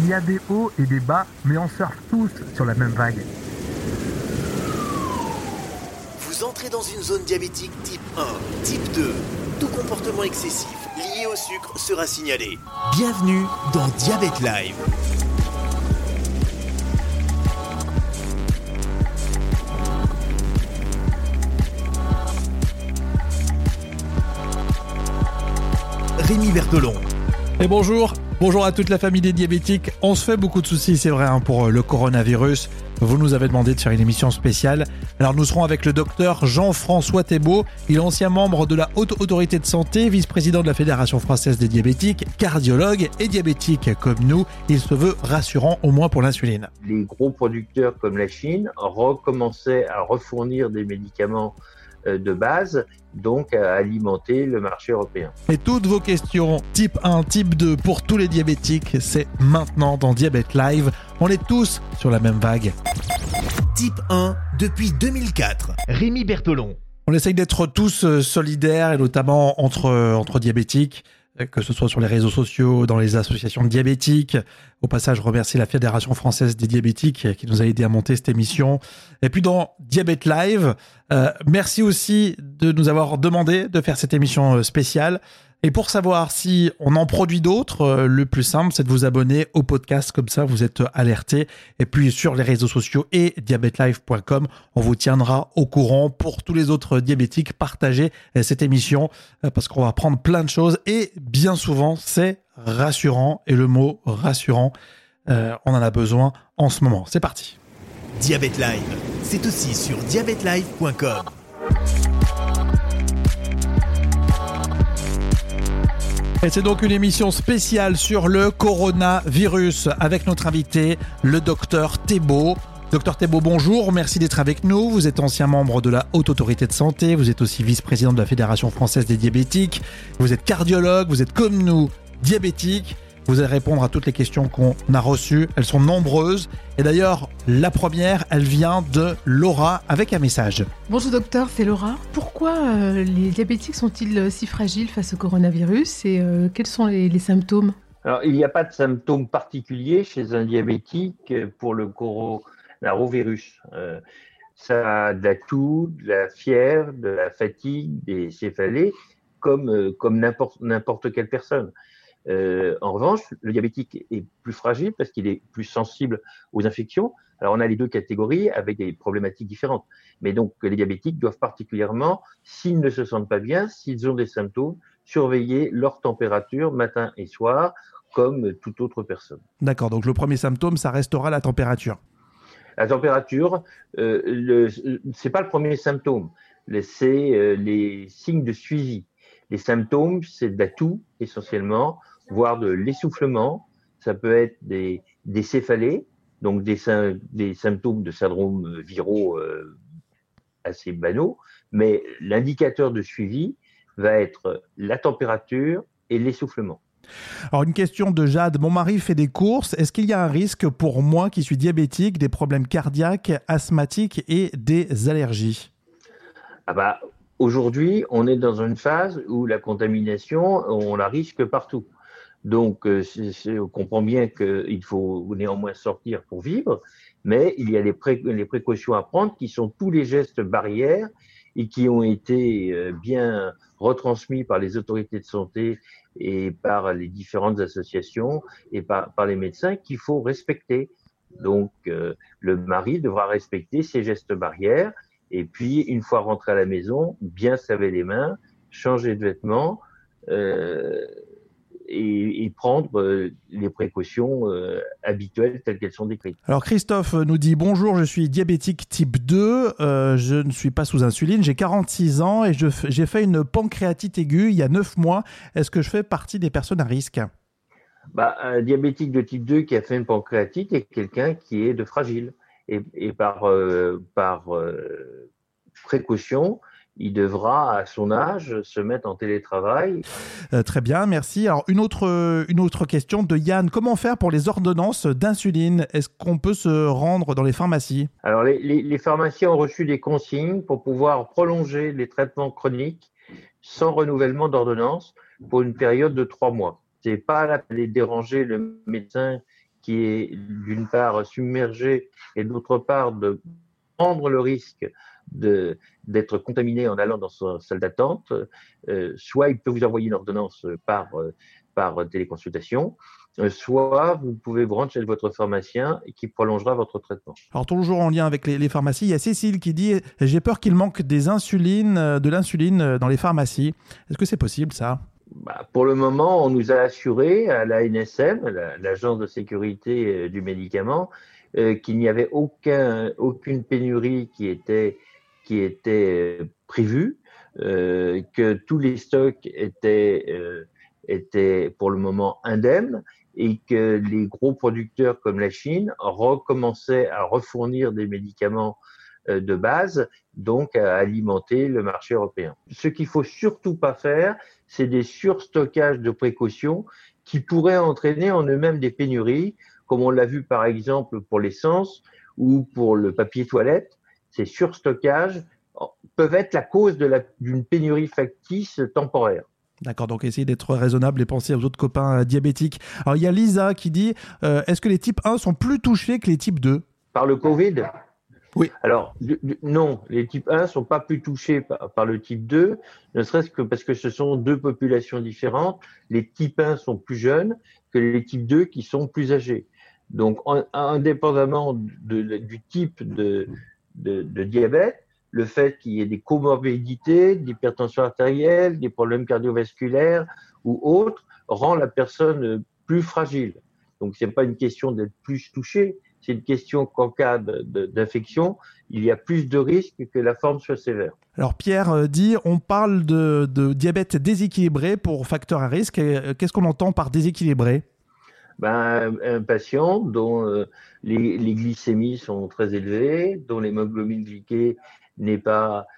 Il y a des hauts et des bas, mais on surfe tous sur la même vague. Vous entrez dans une zone diabétique type 1, type 2. Tout comportement excessif lié au sucre sera signalé. Bienvenue dans Diabète Live. Rémi Bertolon. Et bonjour à toute la famille des diabétiques. On se fait beaucoup de soucis, c'est vrai, pour le coronavirus. Vous nous avez demandé de faire une émission spéciale. Alors nous serons avec le docteur Jean-François Thébault. Il est ancien membre de la Haute Autorité de Santé, vice-président de la Fédération Française des Diabétiques, cardiologue et diabétique comme nous. Il se veut rassurant, au moins pour l'insuline. Les gros producteurs comme la Chine recommençaient à refournir des médicaments de base, donc à alimenter le marché européen. Et toutes vos questions, type 1, type 2, pour tous les diabétiques, c'est maintenant dans Diabète Live. On est tous sur la même vague. Type 1 depuis 2004. Rémi Bertolon. On essaye d'être tous solidaires, et notamment entre diabétiques, que ce soit sur les réseaux sociaux, dans les associations de diabétiques. Au passage, je remercie la Fédération Française des Diabétiques qui nous a aidé à monter cette émission. Et puis dans Diabète Live, merci aussi de nous avoir demandé de faire cette émission spéciale. Et pour savoir si on en produit d'autres, le plus simple, c'est de vous abonner au podcast. Comme ça, vous êtes alertés. Et puis sur les réseaux sociaux et diabetelive.com, on vous tiendra au courant. Pour tous les autres diabétiques, partagez cette émission parce qu'on va apprendre plein de choses. Et bien souvent, c'est rassurant. Et le mot rassurant, on en a besoin en ce moment. C'est parti. Diabète Live, c'est aussi sur diabetelive.com. Et c'est donc une émission spéciale sur le coronavirus avec notre invité, le docteur Thébault. Docteur Thébault, bonjour, merci d'être avec nous. Vous êtes ancien membre de la Haute Autorité de Santé, vous êtes aussi vice-président de la Fédération Française des Diabétiques, vous êtes cardiologue, vous êtes comme nous diabétique. Vous allez répondre à toutes les questions qu'on a reçues, elles sont nombreuses. Et d'ailleurs, la première, elle vient de Laura avec un message. Bonjour docteur, c'est Laura. Pourquoi les diabétiques sont-ils si fragiles face au coronavirus et quels sont les symptômes ? Alors, il n'y a pas de symptômes particuliers chez un diabétique pour le coronavirus. Ça a de la toux, de la fièvre, de la fatigue, des céphalées, comme n'importe quelle personne. En revanche, le diabétique est plus fragile parce qu'il est plus sensible aux infections. Alors, on a les deux catégories avec des problématiques différentes. Mais donc, les diabétiques doivent particulièrement, s'ils ne se sentent pas bien, s'ils ont des symptômes, surveiller leur température matin et soir, comme toute autre personne. D'accord, donc le premier symptôme, ça restera la température. La température, c'est pas le premier symptôme, c'est les signes de suivi. Les symptômes, c'est de la toux essentiellement, voire de l'essoufflement. Ça peut être des céphalées, donc des symptômes de syndromes viraux assez banaux. Mais l'indicateur de suivi va être la température et l'essoufflement. Alors une question de Jade, mon mari fait des courses, est-ce qu'il y a un risque pour moi qui suis diabétique, des problèmes cardiaques, asthmatiques et des allergies ? Aujourd'hui, on est dans une phase où la contamination, on la risque partout. Donc, on comprend bien qu'il faut néanmoins sortir pour vivre, mais il y a les précautions à prendre qui sont tous les gestes barrières et qui ont été bien retransmis par les autorités de santé et par les différentes associations et par les médecins qu'il faut respecter. Donc, le mari devra respecter ces gestes barrières. Et puis, une fois rentré à la maison, bien se laver les mains, changer de vêtements et prendre les précautions habituelles telles qu'elles sont décrites. Alors Christophe nous dit « Bonjour, je suis diabétique type 2, je ne suis pas sous insuline, j'ai 46 ans et j'ai fait une pancréatite aiguë il y a 9 mois. Est-ce que je fais partie des personnes à risque ?» Un diabétique de type 2 qui a fait une pancréatite est quelqu'un qui est de fragile. Et par précaution, il devra, à son âge, se mettre en télétravail. Très bien, merci. Alors, une autre question de Yann. Comment faire pour les ordonnances d'insuline ? Est-ce qu'on peut se rendre dans les pharmacies ? Alors, les pharmaciens ont reçu des consignes pour pouvoir prolonger les traitements chroniques sans renouvellement d'ordonnance pour une période de 3 mois. C'est pas là de déranger le médecin qui est d'une part submergé et d'autre part de prendre le risque d'être contaminé en allant dans sa salle d'attente, soit il peut vous envoyer une ordonnance par téléconsultation, soit vous pouvez vous rendre chez votre pharmacien qui prolongera votre traitement. Alors toujours en lien avec les pharmacies, il y a Cécile qui dit « J'ai peur qu'il manque de l'insuline dans les pharmacies ». Est-ce que c'est possible ça ? Pour le moment, on nous a assuré à la NSM, l'Agence de sécurité du médicament, qu'il n'y avait aucune pénurie qui était prévue, que tous les stocks étaient pour le moment indemnes et que les gros producteurs comme la Chine recommençaient à refournir des médicaments de base, donc à alimenter le marché européen. Ce qu'il faut surtout pas faire, c'est des surstockages de précaution qui pourraient entraîner en eux-mêmes des pénuries, comme on l'a vu par exemple pour l'essence ou pour le papier toilette. Ces surstockages peuvent être la cause d'une pénurie factice temporaire. D'accord, donc essayez d'être raisonnable et penser aux autres copains diabétiques. Alors il y a Lisa qui dit est-ce que les types 1 sont plus touchés que les types 2 ? Par le Covid ? Oui. Alors, non, les types 1 sont pas plus touchés par le type 2, ne serait-ce que parce que ce sont deux populations différentes. Les types 1 sont plus jeunes que les types 2 qui sont plus âgés. Donc, indépendamment du type de diabète, le fait qu'il y ait des comorbidités, de l'hypertension artérielle, des problèmes cardiovasculaires ou autres, rend la personne plus fragile. Donc, c'est pas une question d'être plus touché, c'est une question qu'en cas d'infection, il y a plus de risques que la forme soit sévère. Alors Pierre dit, on parle de diabète déséquilibré pour facteur à risque. Qu'est-ce qu'on entend par déséquilibré ? Un patient dont les glycémies sont très élevées, dont l'hémoglobine glyquée n'est pas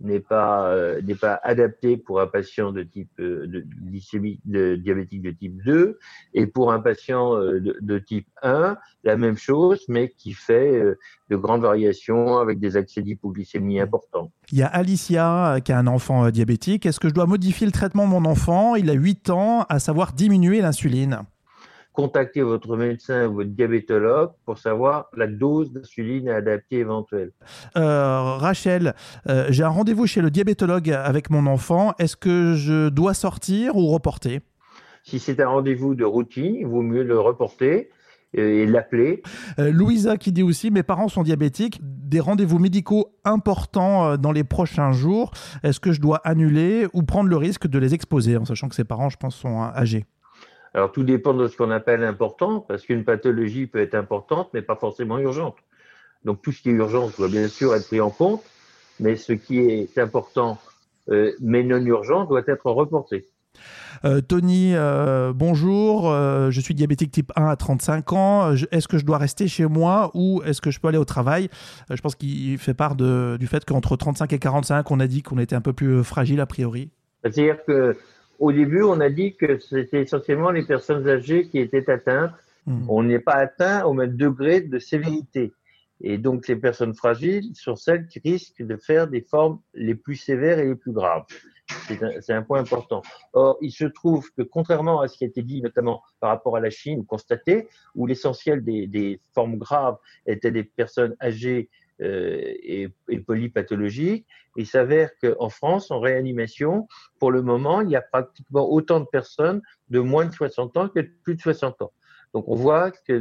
adapté pour un patient de type de glycémie diabétique de type 2 et pour un patient de type 1, la même chose, mais qui fait de grandes variations avec des accès d'hypoglycémie importants. Il y a Alicia qui a un enfant diabétique. Est-ce que je dois modifier le traitement de mon enfant ? Il a 8 ans, à savoir diminuer l'insuline. Contactez votre médecin ou votre diabétologue pour savoir la dose d'insuline à adapter éventuelle. Rachel, j'ai un rendez-vous chez le diabétologue avec mon enfant. Est-ce que je dois sortir ou reporter ? Si c'est un rendez-vous de routine, il vaut mieux le reporter et l'appeler. Louisa qui dit aussi, mes parents sont diabétiques, des rendez-vous médicaux importants dans les prochains jours. Est-ce que je dois annuler ou prendre le risque de les exposer, en sachant que ses parents, je pense, sont âgés ? Alors, tout dépend de ce qu'on appelle important, parce qu'une pathologie peut être importante, mais pas forcément urgente. Donc, tout ce qui est urgent doit bien sûr être pris en compte, mais ce qui est important, mais non urgent, doit être reporté. Tony, bonjour. Je suis diabétique type 1 à 35 ans. Est-ce que je dois rester chez moi ou est-ce que je peux aller au travail ? Je pense qu'il fait part du fait qu'entre 35 et 45, on a dit qu'on était un peu plus fragile a priori. C'est-à-dire qu'au début, on a dit que c'était essentiellement les personnes âgées qui étaient atteintes. On n'est pas atteint au même degré de sévérité. Et donc, les personnes fragiles sont celles qui risquent de faire des formes les plus sévères et les plus graves. C'est un point important. Or, il se trouve que contrairement à ce qui a été dit, notamment par rapport à la Chine, constaté, où l'essentiel des formes graves étaient des personnes âgées et polypathologiques, il s'avère qu'en France, en réanimation, pour le moment, il y a pratiquement autant de personnes de moins de 60 ans que de plus de 60 ans. Donc, on voit que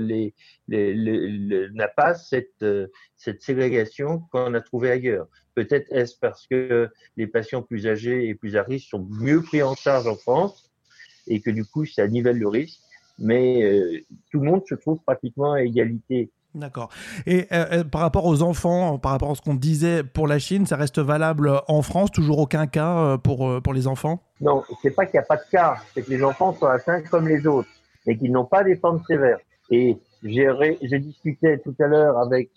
n'a pas cette ségrégation qu'on a trouvée ailleurs. Peut-être est-ce parce que les patients plus âgés et plus à risque sont mieux pris en charge en France et que du coup, ça nivelle le risque. Mais tout le monde se trouve pratiquement à égalité. D'accord. Et par rapport aux enfants, par rapport à ce qu'on disait pour la Chine, ça reste valable en France, toujours aucun cas pour les enfants ? Non, c'est pas qu'il n'y a pas de cas, c'est que les enfants sont atteints comme les autres, mais qu'ils n'ont pas des formes sévères. Et j'ai discuté tout à l'heure avec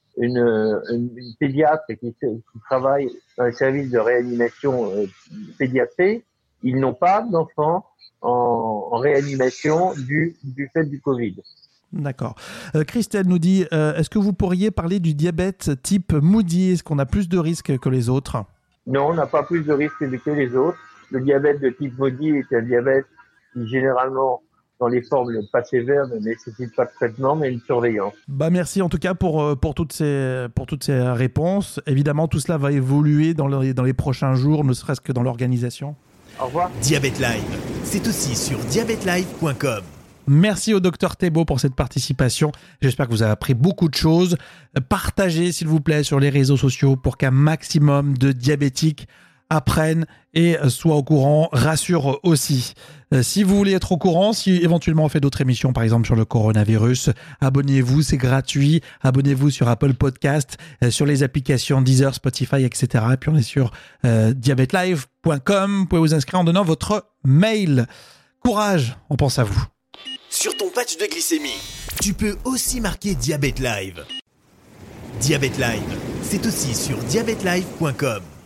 une pédiatre qui travaille dans les services de réanimation pédiatrique. Ils n'ont pas d'enfants en réanimation du fait du Covid. D'accord. Christelle nous dit, est-ce que vous pourriez parler du diabète type Moody ? Est-ce qu'on a plus de risques que les autres ? Non, on n'a pas plus de risques que les autres. Le diabète de type Moody est un diabète qui généralement dans les formes pas sévères, ne nécessitent pas de traitement, mais une surveillance. Merci en tout cas pour toutes ces réponses. Évidemment, tout cela va évoluer dans les prochains jours, ne serait-ce que dans l'organisation. Au revoir. Diabète Live, c'est aussi sur diabetelive.com. Merci au Dr Thébault pour cette participation. J'espère que vous avez appris beaucoup de choses. Partagez s'il vous plaît sur les réseaux sociaux pour qu'un maximum de diabétiques apprennent et soient au courant, rassurent aussi. Si vous voulez être au courant, si éventuellement on fait d'autres émissions, par exemple sur le coronavirus, abonnez-vous, c'est gratuit. Abonnez-vous sur Apple Podcast, sur les applications Deezer, Spotify, etc. Et puis on est sur diabetelive.com. Vous pouvez vous inscrire en donnant votre mail. Courage, on pense à vous. Sur ton patch de glycémie, tu peux aussi marquer Diabète Live. Diabète Live, c'est aussi sur diabetelive.com.